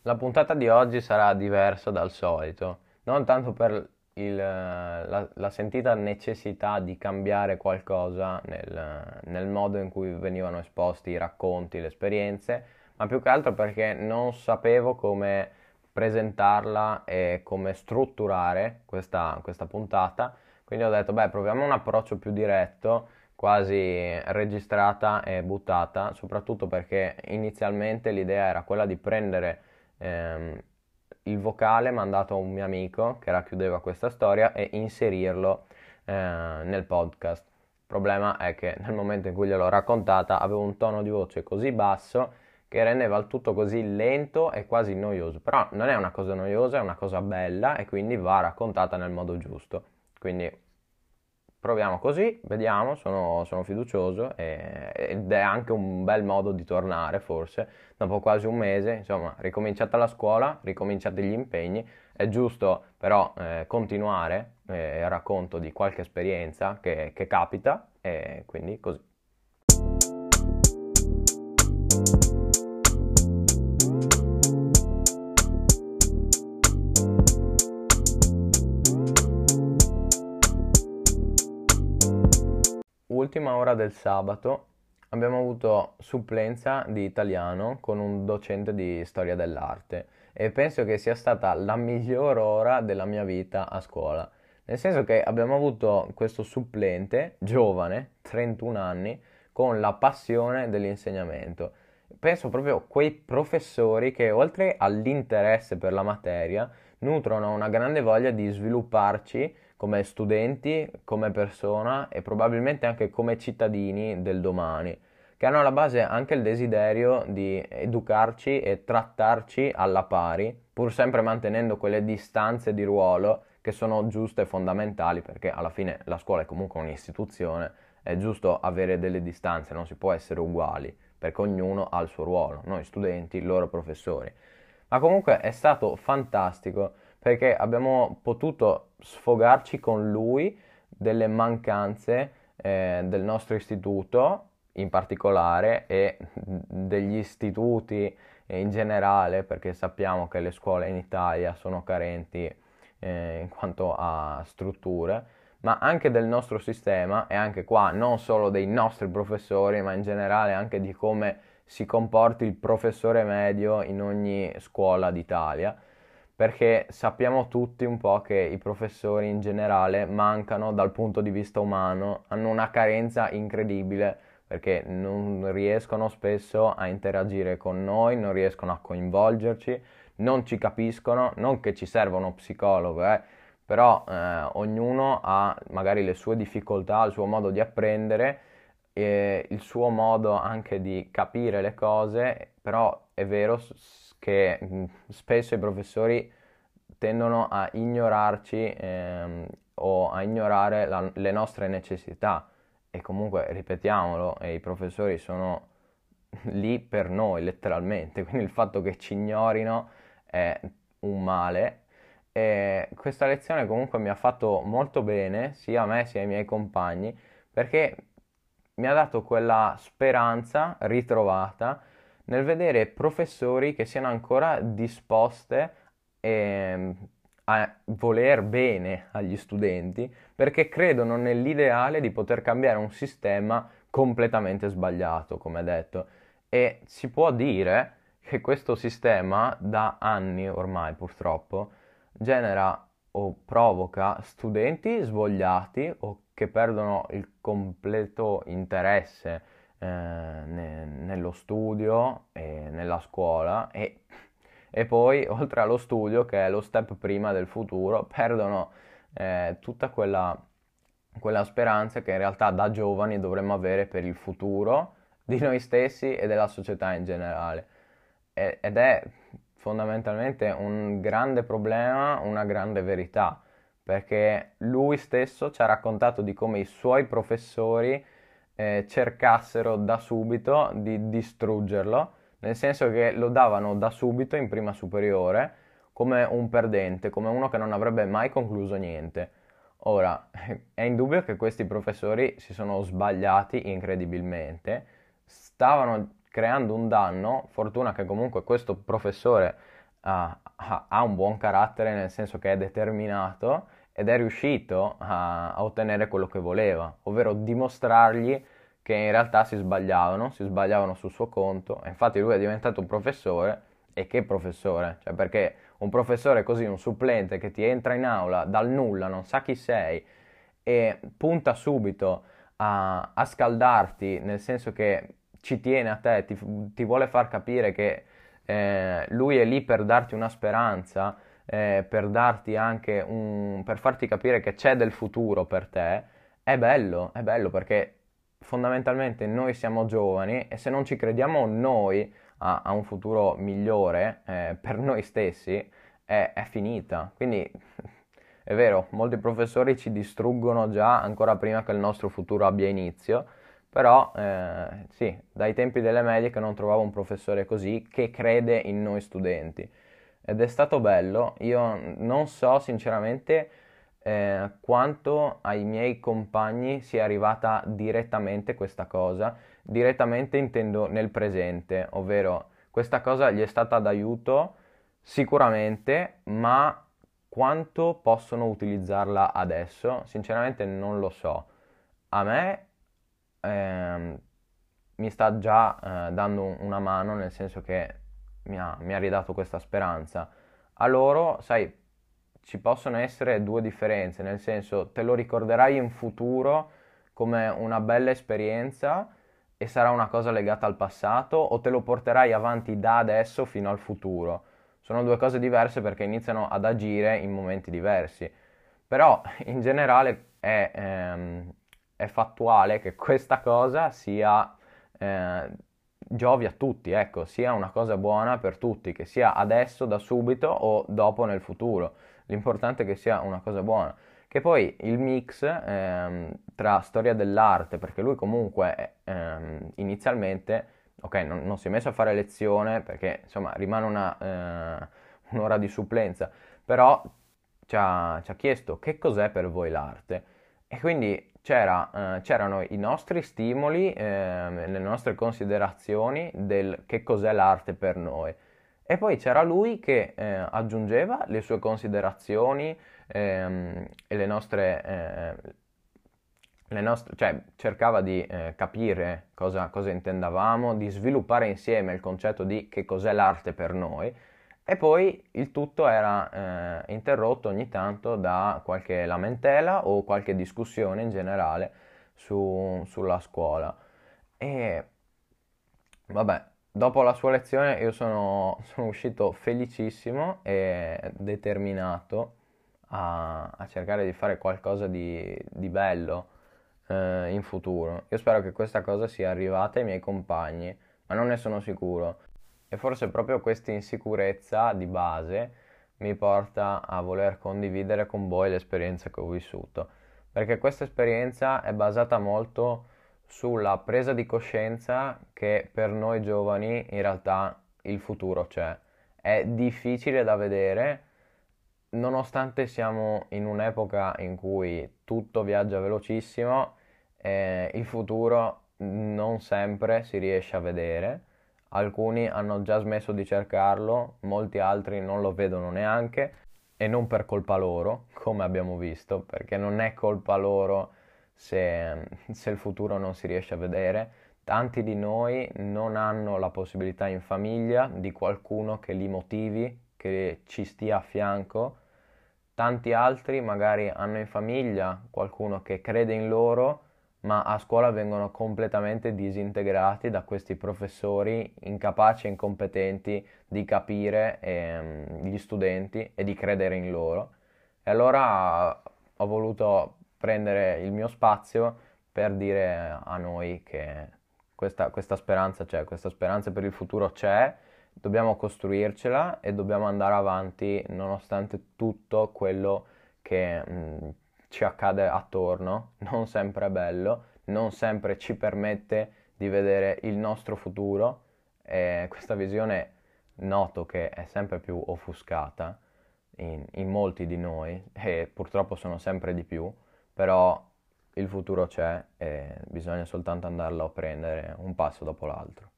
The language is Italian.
La puntata di oggi sarà diversa dal solito, non tanto per la sentita necessità di cambiare qualcosa nel modo in cui venivano esposti i racconti, le esperienze, ma più che altro perché non sapevo come presentarla e come strutturare questa puntata, quindi ho detto, beh, proviamo un approccio più diretto, quasi registrata e buttata, soprattutto perché inizialmente l'idea era quella di prendere ehm, il vocale mandato a un mio amico che racchiudeva questa storia e inserirlo nel podcast. Il problema è che nel momento in cui gliel'ho raccontata avevo un tono di voce così basso che rendeva il tutto così lento e quasi noioso. Però non è una cosa noiosa, è una cosa bella e quindi va raccontata nel modo giusto. Quindi proviamo così, vediamo, sono fiducioso ed è anche un bel modo di tornare forse, dopo quasi un mese, insomma, ricominciata la scuola, ricominciati gli impegni, è giusto però continuare il racconto di qualche esperienza che capita e quindi così. Ultima ora del sabato abbiamo avuto supplenza di italiano con un docente di storia dell'arte e penso che sia stata la miglior ora della mia vita a scuola. Nel senso che abbiamo avuto questo supplente giovane, 31 anni, con la passione dell'insegnamento. Penso proprio a quei professori che oltre all'interesse per la materia nutrono una grande voglia di svilupparci come studenti, come persona e probabilmente anche come cittadini del domani, che hanno alla base anche il desiderio di educarci e trattarci alla pari, pur sempre mantenendo quelle distanze di ruolo che sono giuste e fondamentali, perché alla fine la scuola è comunque un'istituzione, è giusto avere delle distanze, non si può essere uguali, perché ognuno ha il suo ruolo, noi studenti, loro professori. Ma comunque è stato fantastico perché abbiamo potuto sfogarci con lui delle mancanze del nostro istituto in particolare e degli istituti in generale, perché sappiamo che le scuole in Italia sono carenti in quanto a strutture, ma anche del nostro sistema e anche qua non solo dei nostri professori, ma in generale anche di come si comporti il professore medio in ogni scuola d'Italia, perché sappiamo tutti un po' che i professori in generale mancano dal punto di vista umano, hanno una carenza incredibile perché non riescono spesso a interagire con noi, non riescono a coinvolgerci, non ci capiscono, non che ci serva uno psicologo, però ognuno ha magari le sue difficoltà, il suo modo di apprendere e il suo modo anche di capire le cose, però è vero che spesso i professori tendono a ignorarci o a ignorare le nostre necessità e comunque ripetiamolo, i professori sono lì per noi letteralmente, quindi il fatto che ci ignorino è un male e questa lezione comunque mi ha fatto molto bene sia a me sia ai miei compagni perché mi ha dato quella speranza ritrovata nel vedere professori che siano ancora disposte a voler bene agli studenti perché credono nell'ideale di poter cambiare un sistema completamente sbagliato, come detto. E si può dire che questo sistema da anni ormai purtroppo genera o provoca studenti svogliati o che perdono il completo interesse nello studio e nella scuola e poi oltre allo studio che è lo step prima del futuro perdono tutta quella speranza che in realtà da giovani dovremmo avere per il futuro di noi stessi e della società in generale. Ed è fondamentalmente un grande problema, una grande verità, perché lui stesso ci ha raccontato di come i suoi professori cercassero da subito di distruggerlo, nel senso che lo davano da subito in prima superiore come un perdente, come uno che non avrebbe mai concluso niente. Ora, è indubbio che questi professori si sono sbagliati incredibilmente, stavano creando un danno, fortuna che comunque questo professore ha un buon carattere, nel senso che è determinato ed è riuscito a ottenere quello che voleva, ovvero dimostrargli che in realtà si sbagliavano sul suo conto. E infatti lui è diventato un professore, e che professore? Cioè, perché un professore così, un supplente che ti entra in aula dal nulla, non sa chi sei, e punta subito a scaldarti, nel senso che ci tiene a te, ti vuole far capire che lui è lì per darti una speranza, per darti anche per farti capire che c'è del futuro per te, è bello perché fondamentalmente noi siamo giovani e se non ci crediamo noi a un futuro migliore per noi stessi, è finita. Quindi è vero, molti professori ci distruggono già ancora prima che il nostro futuro abbia inizio, però sì, dai tempi delle medie che non trovavo un professore così che crede in noi studenti. Ed è stato bello, io non so sinceramente quanto ai miei compagni sia arrivata direttamente questa cosa, direttamente intendo nel presente, ovvero questa cosa gli è stata d'aiuto sicuramente, ma quanto possono utilizzarla adesso? Sinceramente non lo so. A me ehm, mi sta già dando una mano, nel senso che mi ha ridato questa speranza. A loro, sai, ci possono essere due differenze, nel senso te lo ricorderai in futuro come una bella esperienza e sarà una cosa legata al passato, o te lo porterai avanti da adesso fino al futuro. Sono due cose diverse perché iniziano ad agire in momenti diversi. Però in generale è fattuale che questa cosa sia giovi a tutti, ecco, sia una cosa buona per tutti, che sia adesso, da subito o dopo nel futuro. L'importante è che sia una cosa buona. Che poi il mix tra storia dell'arte, perché lui comunque inizialmente, ok, non si è messo a fare lezione perché insomma rimane un'ora di supplenza, però ci ha chiesto che cos'è per voi l'arte. E quindi c'erano i nostri stimoli, le nostre considerazioni del che cos'è l'arte per noi. E poi c'era lui che aggiungeva le sue considerazioni e cioè cercava di capire cosa intendavamo, di sviluppare insieme il concetto di che cos'è l'arte per noi. E poi il tutto era interrotto ogni tanto da qualche lamentela o qualche discussione in generale sulla scuola. E vabbè, dopo la sua lezione io sono uscito felicissimo e determinato a cercare di fare qualcosa di bello in futuro. Io spero che questa cosa sia arrivata ai miei compagni, ma non ne sono sicuro. E forse proprio questa insicurezza di base mi porta a voler condividere con voi l'esperienza che ho vissuto, perché questa esperienza è basata molto sulla presa di coscienza che per noi giovani in realtà il futuro c'è. È difficile da vedere, nonostante siamo in un'epoca in cui tutto viaggia velocissimo, il futuro non sempre si riesce a vedere. Alcuni hanno già smesso di cercarlo, molti altri non lo vedono neanche, e non per colpa loro, come abbiamo visto, perché non è colpa loro se il futuro non si riesce a vedere. Tanti di noi non hanno la possibilità in famiglia di qualcuno che li motivi, che ci stia a fianco. Tanti altri magari hanno in famiglia qualcuno che crede in loro, ma a scuola vengono completamente disintegrati da questi professori incapaci e incompetenti di capire gli studenti e di credere in loro. E allora ho voluto prendere il mio spazio per dire a noi che questa speranza c'è, questa speranza per il futuro c'è, dobbiamo costruircela e dobbiamo andare avanti nonostante tutto quello che ci accade attorno, non sempre è bello, non sempre ci permette di vedere il nostro futuro, e questa visione noto che è sempre più offuscata in molti di noi, e purtroppo sono sempre di più, però il futuro c'è e bisogna soltanto andarlo a prendere un passo dopo l'altro.